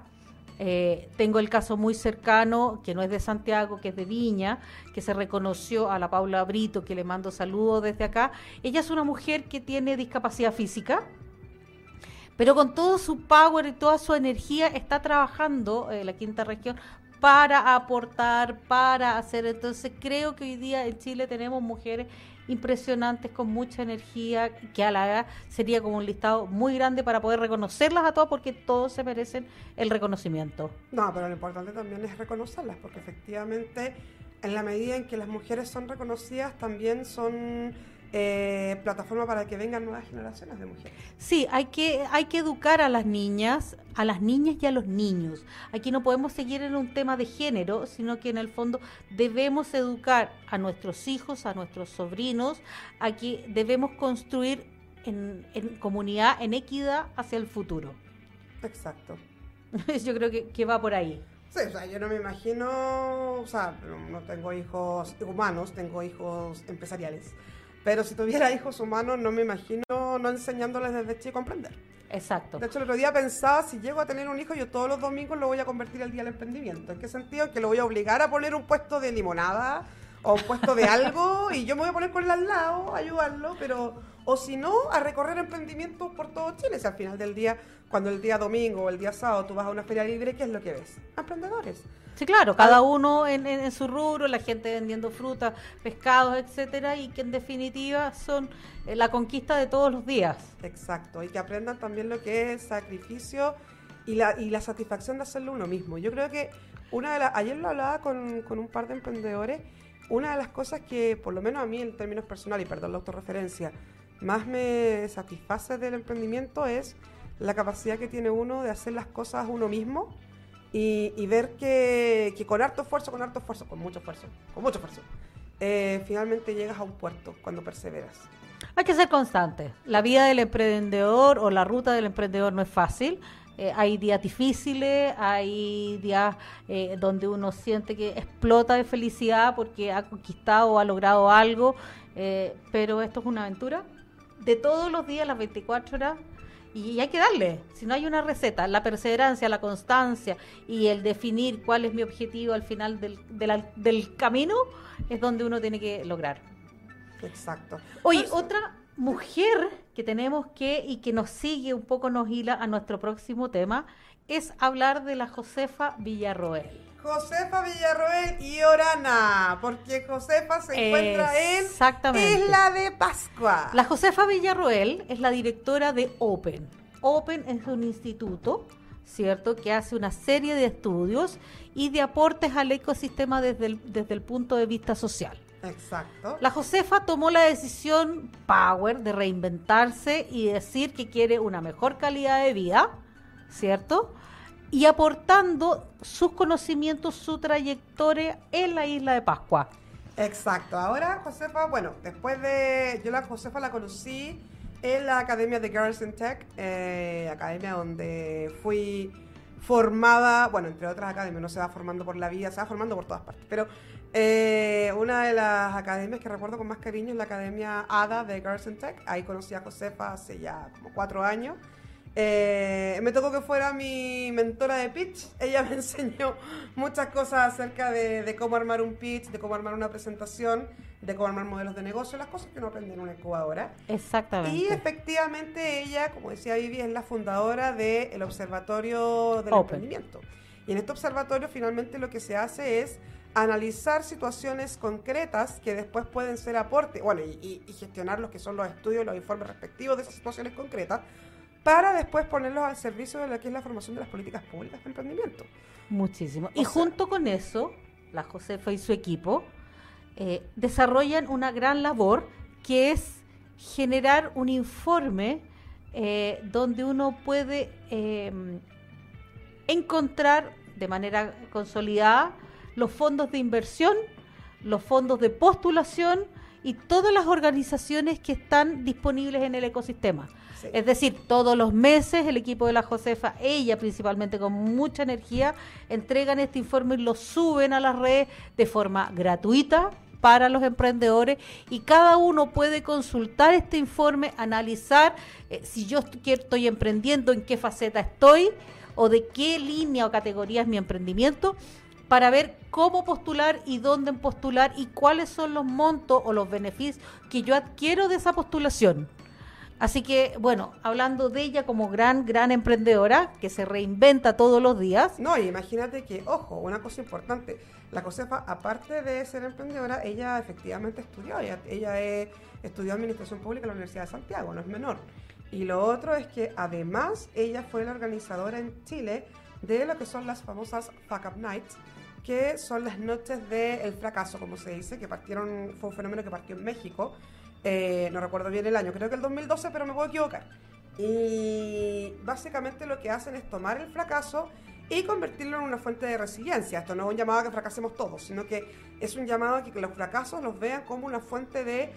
Tengo el caso muy cercano, que no es de Santiago, que es de Viña, que se reconoció a la Paula Brito, que le mando saludos desde acá. Ella es una mujer que tiene discapacidad física, pero con todo su power y toda su energía está trabajando en la quinta región para aportar, para hacer. Entonces creo que hoy día en Chile tenemos mujeres impresionantes con mucha energía, que a la vez sería como un listado muy grande para poder reconocerlas a todas, porque todos se merecen el reconocimiento. No, pero lo importante también es reconocerlas, porque efectivamente en la medida en que las mujeres son reconocidas, también son plataforma para que vengan nuevas generaciones de mujeres. Sí, hay que educar a las niñas y a los niños. Aquí no podemos seguir en un tema de género, sino que en el fondo debemos educar a nuestros hijos, a nuestros sobrinos. Aquí debemos construir en comunidad, en equidad hacia el futuro. Exacto. Yo creo que va por ahí. Sí, o sea, yo no me imagino, o sea, no tengo hijos humanos, tengo hijos empresariales. Pero si tuviera hijos humanos, no me imagino no enseñándoles desde chico a emprender. Exacto. De hecho, el otro día pensaba, si llego a tener un hijo, yo todos los domingos lo voy a convertir el día del emprendimiento. ¿En qué sentido? Que lo voy a obligar a poner un puesto de limonada o un puesto de algo y yo me voy a poner con él al lado, a ayudarlo, pero... O si no, a recorrer emprendimientos por todo Chile. Si al final del día, cuando el día domingo o el día sábado tú vas a una feria libre, ¿qué es lo que ves? Emprendedores. Sí, claro, cada uno en su rubro, la gente vendiendo frutas, pescados, etcétera, y que en definitiva son la conquista de todos los días. Exacto, y que aprendan también lo que es sacrificio y la satisfacción de hacerlo uno mismo. Yo creo que ayer lo hablaba con un par de emprendedores, una de las cosas que, por lo menos a mí en términos personales, y perdón la autorreferencia, más me satisface del emprendimiento es la capacidad que tiene uno de hacer las cosas uno mismo y ver que con harto esfuerzo, con mucho esfuerzo, finalmente llegas a un puerto cuando perseveras. Hay que ser constante. La vida del emprendedor o la ruta del emprendedor no es fácil. Hay días difíciles, hay días donde uno siente que explota de felicidad porque ha conquistado o ha logrado algo, pero esto es una aventura de todos los días, las 24 horas, y hay que darle. Si no hay una receta, la perseverancia, la constancia y el definir cuál es mi objetivo al final del camino es donde uno tiene que lograr. Exacto. Oye, otra mujer que tenemos y que nos sigue un poco, nos hila a nuestro próximo tema, es hablar de la Josefa Villarroel. Josefa Villarroel y Orana, porque Josefa se encuentra en Exactamente. Isla de Pascua. La Josefa Villarroel es la directora de Open. Open es un instituto, ¿cierto?, que hace una serie de estudios y de aportes al ecosistema desde el punto de vista social. Exacto. La Josefa tomó la decisión power de reinventarse y decir que quiere una mejor calidad de vida, ¿cierto?, y aportando sus conocimientos, su trayectoria en la Isla de Pascua. Exacto. Ahora Josefa, bueno, yo la Josefa la conocí en la Academia de Girls in Tech, academia donde fui formada, bueno, entre otras academias, no se va formando por la vida, se va formando por todas partes, pero una de las academias que recuerdo con más cariño es la Academia ADA de Girls in Tech. Ahí conocí a Josefa hace ya como 4 años. Me tocó que fuera mi mentora de pitch. Ella me enseñó muchas cosas acerca de cómo armar un pitch, de cómo armar una presentación, de cómo armar modelos de negocio, las cosas que uno aprende en una incubadora. Exactamente. Y efectivamente ella, como decía Vivi, es la fundadora del Observatorio del Open. Emprendimiento. Y en este observatorio finalmente lo que se hace es analizar situaciones concretas que después pueden ser aporte, bueno, y gestionar los que son los estudios, los informes respectivos de esas situaciones concretas, para después ponerlos al servicio de lo que es la formación de las políticas públicas de emprendimiento. Muchísimo. Y junto con eso, la Josefa y su equipo desarrollan una gran labor que es generar un informe donde uno puede encontrar de manera consolidada los fondos de inversión, los fondos de postulación y todas las organizaciones que están disponibles en el ecosistema. Sí. Es decir, todos los meses el equipo de la Josefa, ella principalmente con mucha energía, entregan este informe y lo suben a las redes de forma gratuita para los emprendedores y cada uno puede consultar este informe, analizar si yo estoy emprendiendo, en qué faceta estoy o de qué línea o categoría es mi emprendimiento, para ver cómo postular y dónde postular y cuáles son los montos o los beneficios que yo adquiero de esa postulación. Así que, bueno, hablando de ella como gran emprendedora, que se reinventa todos los días. No, y imagínate que, ojo, una cosa importante, la Josefa, aparte de ser emprendedora, ella efectivamente estudió, ella estudió Administración Pública en la Universidad de Santiago, no es menor. Y lo otro es que además ella fue la organizadora en Chile de lo que son las famosas Fuck Up Nights, que son las noches del fracaso, como se dice, que fue un fenómeno que partió en México. No recuerdo bien el año, creo que el 2012, pero me puedo equivocar. Y básicamente lo que hacen es tomar el fracaso y convertirlo en una fuente de resiliencia. Esto no es un llamado a que fracasemos todos, sino que es un llamado a que los fracasos los vean como una fuente de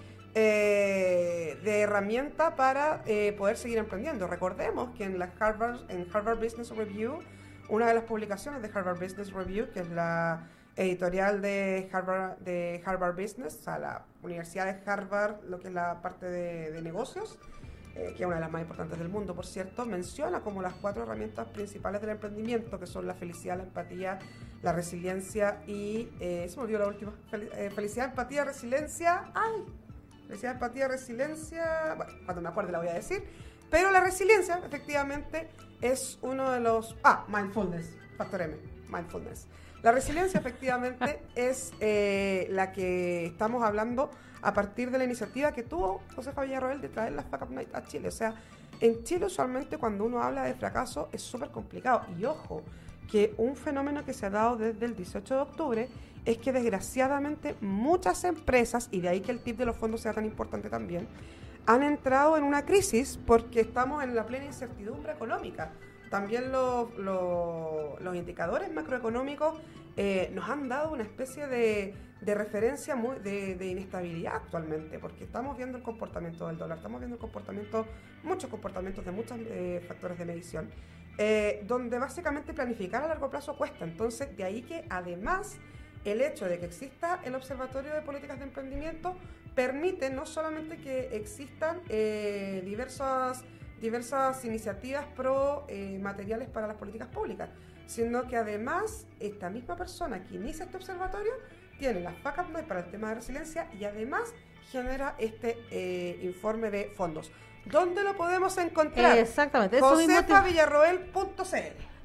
herramienta para poder seguir emprendiendo. Recordemos que en Harvard Business Review, una de las publicaciones de Harvard Business Review, que es la editorial de Harvard Business, o sea, la Universidad de Harvard, lo que es la parte de negocios, que es una de las más importantes del mundo, por cierto, menciona como las 4 herramientas principales del emprendimiento, que son la felicidad, la empatía, la resiliencia y... se me olvidó la última. Felicidad, empatía, resiliencia... ¡Ay! Felicidad, empatía, resiliencia... Bueno, cuando me acuerde la voy a decir. Pero la resiliencia, efectivamente, es uno de los... mindfulness, factor M, mindfulness. La resiliencia efectivamente es la que estamos hablando a partir de la iniciativa que tuvo Josefa Villarroel de traer las Fuck Up Night a Chile. O sea, en Chile usualmente cuando uno habla de fracaso es súper complicado. Y ojo, que un fenómeno que se ha dado desde el 18 de octubre es que desgraciadamente muchas empresas, y de ahí que el tip de los fondos sea tan importante también, han entrado en una crisis porque estamos en la plena incertidumbre económica. También los indicadores macroeconómicos nos han dado una especie de referencia de inestabilidad actualmente, porque estamos viendo el comportamiento del dólar, estamos viendo muchos comportamientos de muchos factores de medición, donde básicamente planificar a largo plazo cuesta. Entonces, de ahí que además el hecho de que exista el Observatorio de Políticas de Emprendimiento permite no solamente que existan diversas iniciativas materiales para las políticas públicas, sino que además esta misma persona que inicia este observatorio tiene las Fuck Up Night para el tema de resiliencia y además genera este informe de fondos. ¿Dónde lo podemos encontrar? Exactamente. josefavillarroel.cl.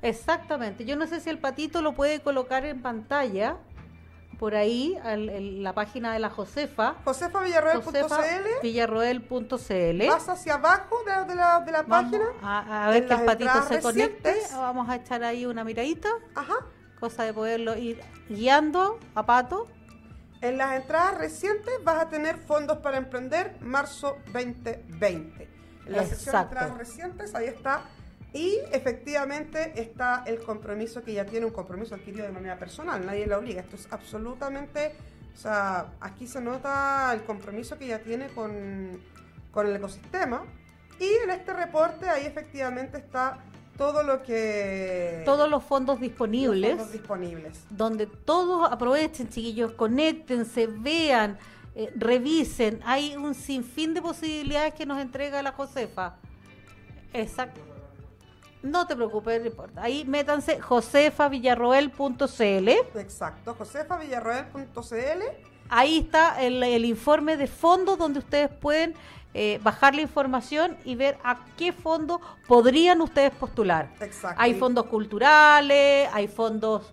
Exactamente. Yo no sé si el Patito lo puede colocar en pantalla, por ahí, la página de la Josefa. josefavillarroel.cl. Villarroel.cl. Vas hacia abajo de la página. A ver que el Patito se conecte. recientes. Vamos a echar ahí una miradita. Ajá. Cosa de poderlo ir guiando a Pato. En las entradas recientes vas a tener fondos para emprender marzo 2020. En la sección de Exacto. entradas recientes, ahí está. Y efectivamente está el compromiso que ya tiene, un compromiso adquirido de manera personal, nadie la obliga. Esto es absolutamente, o sea, aquí se nota el compromiso que ya tiene con el ecosistema. Y en este reporte ahí efectivamente está todo lo que... Todos los fondos disponibles. Los fondos disponibles. Donde todos aprovechen, chiquillos, conéctense, vean, revisen. Hay un sinfín de posibilidades que nos entrega la Josefa. Exacto. No te preocupes, no importa. Ahí métanse josefavillarroel.cl. Exacto, josefavillarroel.cl. Ahí está el informe de fondos donde ustedes pueden bajar la información y ver a qué fondo podrían ustedes postular. Exacto. Hay fondos culturales, hay fondos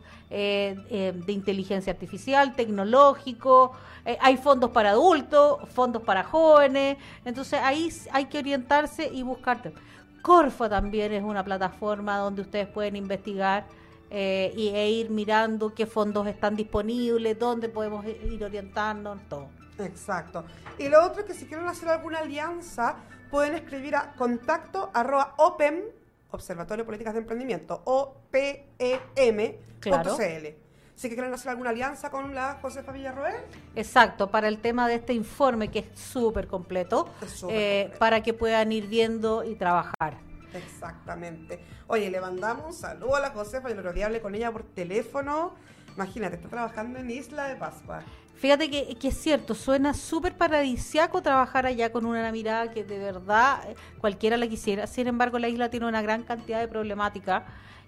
de inteligencia artificial, tecnológico, hay fondos para adultos, fondos para jóvenes. Entonces ahí hay que orientarse y buscarte. Corfo también es una plataforma donde ustedes pueden investigar e ir mirando qué fondos están disponibles, dónde podemos ir orientándonos, todo. Exacto. Y lo otro es que si quieren hacer alguna alianza, pueden escribir a contacto@opem, Observatorio de Políticas de Emprendimiento, OPEM.cl. Claro. Si quieren hacer alguna alianza con la Josefa Villarroel. Exacto, para el tema de este informe que es súper completo, para que puedan ir viendo y trabajar. Exactamente. Oye, le mandamos un saludo a la Josefa, yo el otro día hablé con ella por teléfono. Imagínate, está trabajando en Isla de Pascua. Fíjate que es cierto, suena súper paradisiaco trabajar allá con una mirada que de verdad cualquiera la quisiera. Sin embargo, la isla tiene una gran cantidad de problemáticas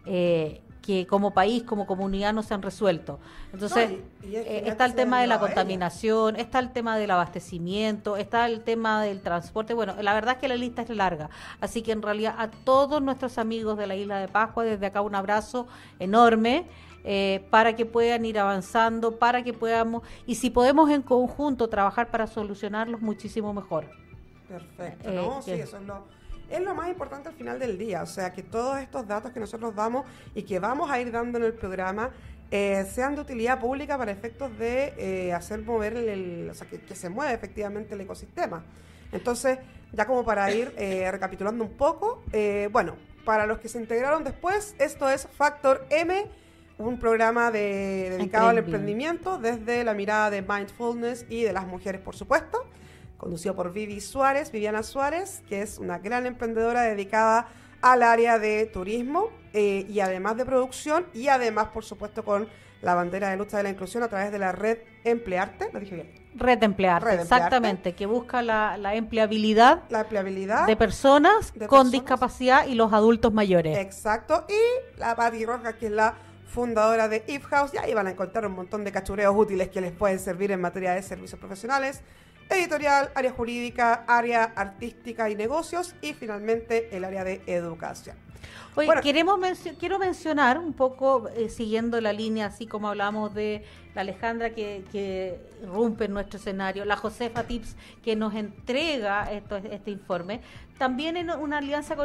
que como país, como comunidad no se han resuelto. Entonces, está el tema de la contaminación, está el tema del abastecimiento, está el tema del transporte. Bueno, la verdad es que la lista es larga. Así que en realidad a todos nuestros amigos de la Isla de Pascua, desde acá un abrazo enorme. Para que puedan ir avanzando, para que podamos, y si podemos en conjunto trabajar para solucionarlos, muchísimo mejor. Perfecto, ¿no? Sí, eso es lo más importante al final del día, o sea, que todos estos datos que nosotros damos y que vamos a ir dando en el programa sean de utilidad pública para efectos de hacer mover o sea, que se mueva efectivamente el ecosistema. Entonces, ya como para ir recapitulando un poco, bueno, para los que se integraron después, esto es Factor M, un programa dedicado al emprendimiento desde la mirada de mindfulness y de las mujeres, por supuesto, conducido por Viviana Suárez, que es una gran emprendedora dedicada al área de turismo y además de producción y además, por supuesto, con la bandera de lucha de la inclusión a través de la red Emplearte, ¿lo dije bien? Red Emplearte, exactamente, que busca la empleabilidad, de personas con discapacidad y los adultos mayores. Exacto, y la Pati Rojas, que es la fundadora de If House, y ahí van a encontrar un montón de cachureos útiles que les pueden servir en materia de servicios profesionales, editorial, área jurídica, área artística y negocios, y finalmente el área de educación. Oye, bueno, quiero mencionar un poco, siguiendo la línea, así como hablamos de la Alejandra que irrumpe en nuestro escenario, la Josefa Tips que nos entrega este informe, también en una alianza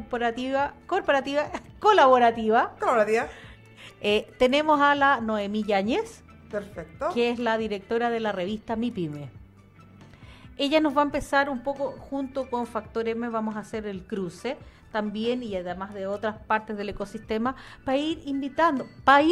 colaborativa. Tenemos a la Noemí Yáñez, perfecto, que es la directora de la revista Mi Pyme. Ella nos va a empezar un poco, junto con Factor M, vamos a hacer el cruce también, y además de otras partes del ecosistema, para ir invitando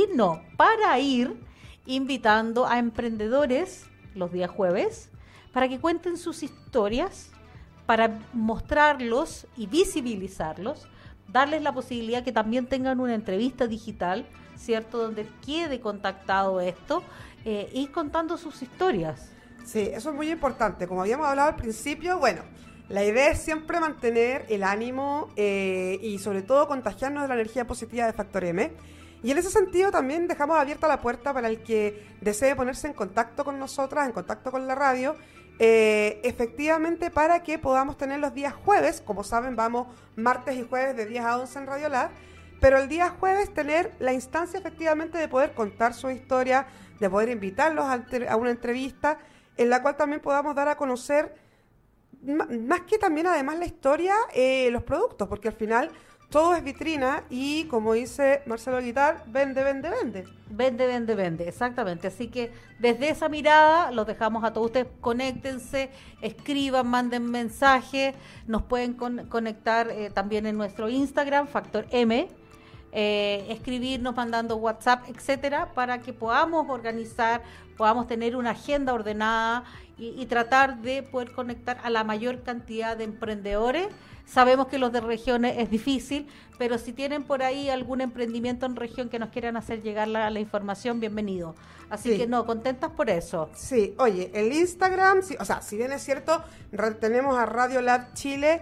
a emprendedores los días jueves, para que cuenten sus historias, para mostrarlos y visibilizarlos, darles la posibilidad que también tengan una entrevista digital, ¿cierto?, donde quede contactado esto, y contando sus historias. Sí, eso es muy importante. Como habíamos hablado al principio, bueno, la idea es siempre mantener el ánimo y sobre todo contagiarnos de la energía positiva de Factor M. Y en ese sentido también dejamos abierta la puerta para el que desee ponerse en contacto con nosotras, en contacto con la radio, efectivamente para que podamos tener los días jueves. Como saben, vamos martes y jueves de 10 a 11 en Radio Lab, pero el día jueves tener la instancia efectivamente de poder contar su historia, de poder invitarlos a una entrevista en la cual también podamos dar a conocer, más que también además la historia, los productos, porque al final todo es vitrina y, como dice Marcelo Guitar, vende, vende, vende. Vende, vende, vende, exactamente. Así que desde esa mirada los dejamos a todos ustedes. Conéctense, escriban, manden mensajes. Nos pueden conectar también en nuestro Instagram, Factor M. Escribirnos mandando WhatsApp, etcétera, para que podamos organizar, podamos tener una agenda ordenada y tratar de poder conectar a la mayor cantidad de emprendedores. Sabemos que los de regiones es difícil, pero si tienen por ahí algún emprendimiento en región que nos quieran hacer llegar la información, bienvenido. Así que contentas por eso. Sí, oye, el Instagram, sí, o sea, si bien es cierto, tenemos a Radio Lab Chile,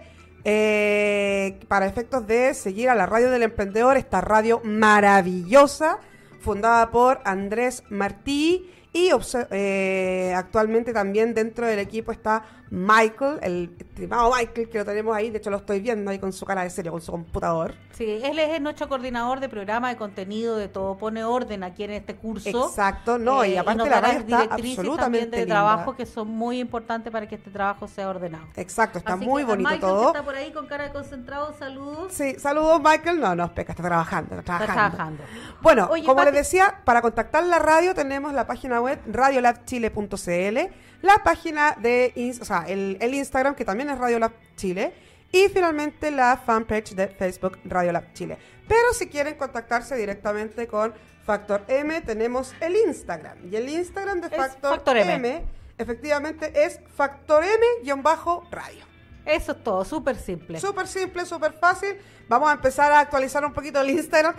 para efectos de seguir a la radio del emprendedor, esta radio maravillosa, fundada por Andrés Martí, y actualmente también dentro del equipo está Michael, el estimado Michael, que lo tenemos ahí, de hecho lo estoy viendo ahí con su cara de serio, con su computador. Sí, él es nuestro coordinador de programa, de contenido, de todo, pone orden aquí en este curso. Exacto, no, y aparte la radio está absolutamente de linda. Trabajo que son muy importantes para que este trabajo sea ordenado. Exacto, está así muy que bonito Michael, todo. que está por ahí con cara de concentrado, saludos. Sí, saludos Michael, no, peca, está trabajando. Está trabajando. Bueno, Oye, como Pati, les decía, para contactar la radio tenemos la página web radiolabchile.cl, la página de, el Instagram, que también es Radiolab Chile, y finalmente la fanpage de Facebook Radiolab Chile. Pero si quieren contactarse directamente con Factor M, tenemos el Instagram, y el Instagram de Factor M, efectivamente es Factor M-radio. Eso es todo, súper simple. Súper simple, súper fácil. Vamos a empezar a actualizar un poquito el Instagram.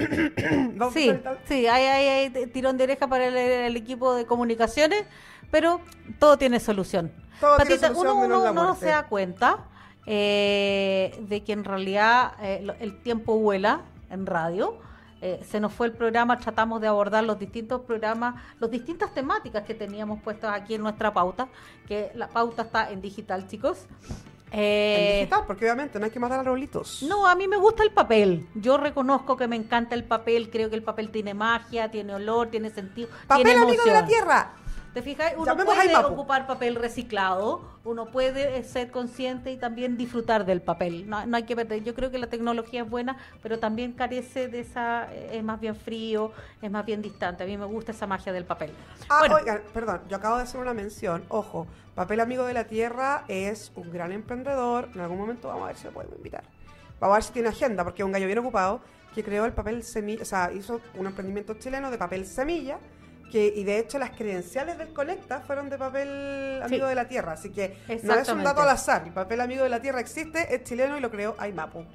Sí, hay tirón de oreja para el equipo de comunicaciones, pero todo tiene solución. Patita, uno no se da cuenta de que en realidad el tiempo vuela en radio. Se nos fue el programa, tratamos de abordar los distintos programas, las distintas temáticas que teníamos puestas aquí en nuestra pauta, que la pauta está en digital, chicos. En digital, porque obviamente no hay que matar arbolitos. No, a mí me gusta el papel. Yo reconozco que me encanta el papel. Creo que el papel tiene magia, tiene olor, tiene sentido. ¡Papel tiene amigo de la tierra! ¿Te fijas? Uno Llamemos puede a ocupar papel reciclado, uno puede ser consciente y también disfrutar del papel. No hay que perder. Yo creo que la tecnología es buena, pero también carece de esa, es más bien frío, es más bien distante. A mí me gusta esa magia del papel. Bueno. Oigan, perdón, yo acabo de hacer una mención. Ojo, Papel Amigo de la Tierra es un gran emprendedor. En algún momento vamos a ver si lo podemos invitar. Vamos a ver si tiene agenda, porque es un gallo bien ocupado que creó el papel semilla, o sea, hizo un emprendimiento chileno de papel semilla. Y de hecho las credenciales del Conecta fueron de Papel Amigo de la Tierra, así que no es un dato al azar. El Papel Amigo de la Tierra existe, es chileno y lo creó Aimapu.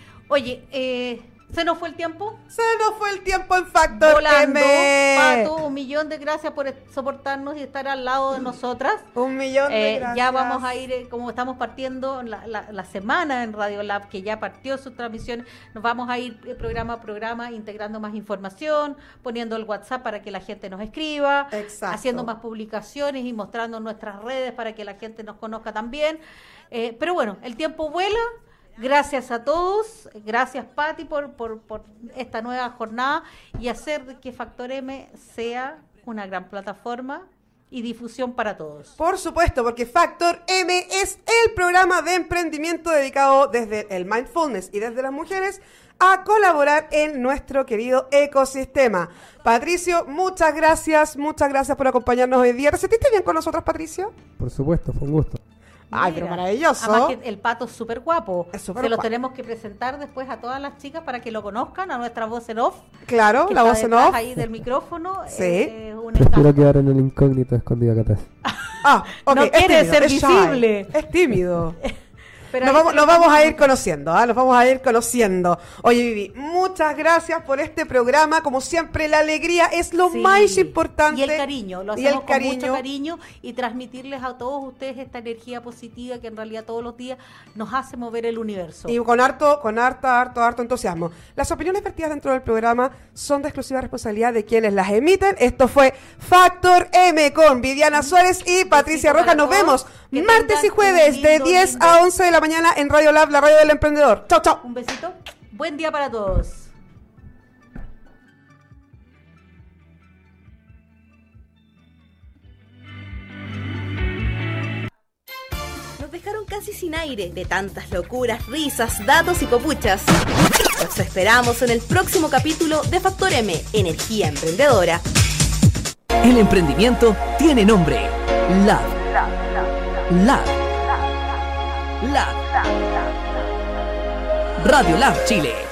Oye, ¿se nos fue el tiempo? Se nos fue el tiempo en Factor volando. M. Pato, 1.000.000 de gracias por soportarnos y estar al lado de nosotras. 1.000.000 de gracias. Ya vamos a ir, como estamos partiendo la semana en Radio Lab, que ya partió sus transmisiones, nos vamos a ir programa a programa integrando más información, poniendo el WhatsApp para que la gente nos escriba, exacto, haciendo más publicaciones y mostrando nuestras redes para que la gente nos conozca también. Pero bueno, el tiempo vuela. Gracias a todos, gracias Pati por esta nueva jornada y hacer que Factor M sea una gran plataforma y difusión para todos. Por supuesto, porque Factor M es el programa de emprendimiento dedicado desde el mindfulness y desde las mujeres a colaborar en nuestro querido ecosistema. Patricio, muchas gracias por acompañarnos hoy día. ¿Te sentiste bien con nosotros, Patricio? Por supuesto, fue un gusto. Ay, pero maravilloso. Además que el Pato es súper guapo. Se lo guapo. tenemos que presentar después a todas las chicas para que lo conozcan, a nuestra voz en off. Claro, la voz en off. Ahí del micrófono. Sí. Prefiero quedar en el incógnito escondido acá atrás. Ok, no quiere ser visible. Es tímido. Pero nos vamos a ir conociendo, nos vamos a ir conociendo. Oye, Vivi, muchas gracias por este programa. Como siempre, la alegría es lo más importante. Y el cariño, lo hacemos con mucho cariño y transmitirles a todos ustedes esta energía positiva que en realidad todos los días nos hace mover el universo. Y con harto entusiasmo. Las opiniones vertidas dentro del programa son de exclusiva responsabilidad de quienes las emiten. Esto fue Factor M con Viviana Suárez y Patricia Rojas. Nos vemos martes y jueves de 10 a 11 de la mañana en Radio Lab, la radio del emprendedor. Chau, chau. Un besito. Buen día para todos. dejaron casi sin aire de tantas locuras, risas, datos y copuchas. Los esperamos en el próximo capítulo de Factor M, Energía Emprendedora. El emprendimiento tiene nombre. Lab. Lab. Lab. Radio Lab Chile.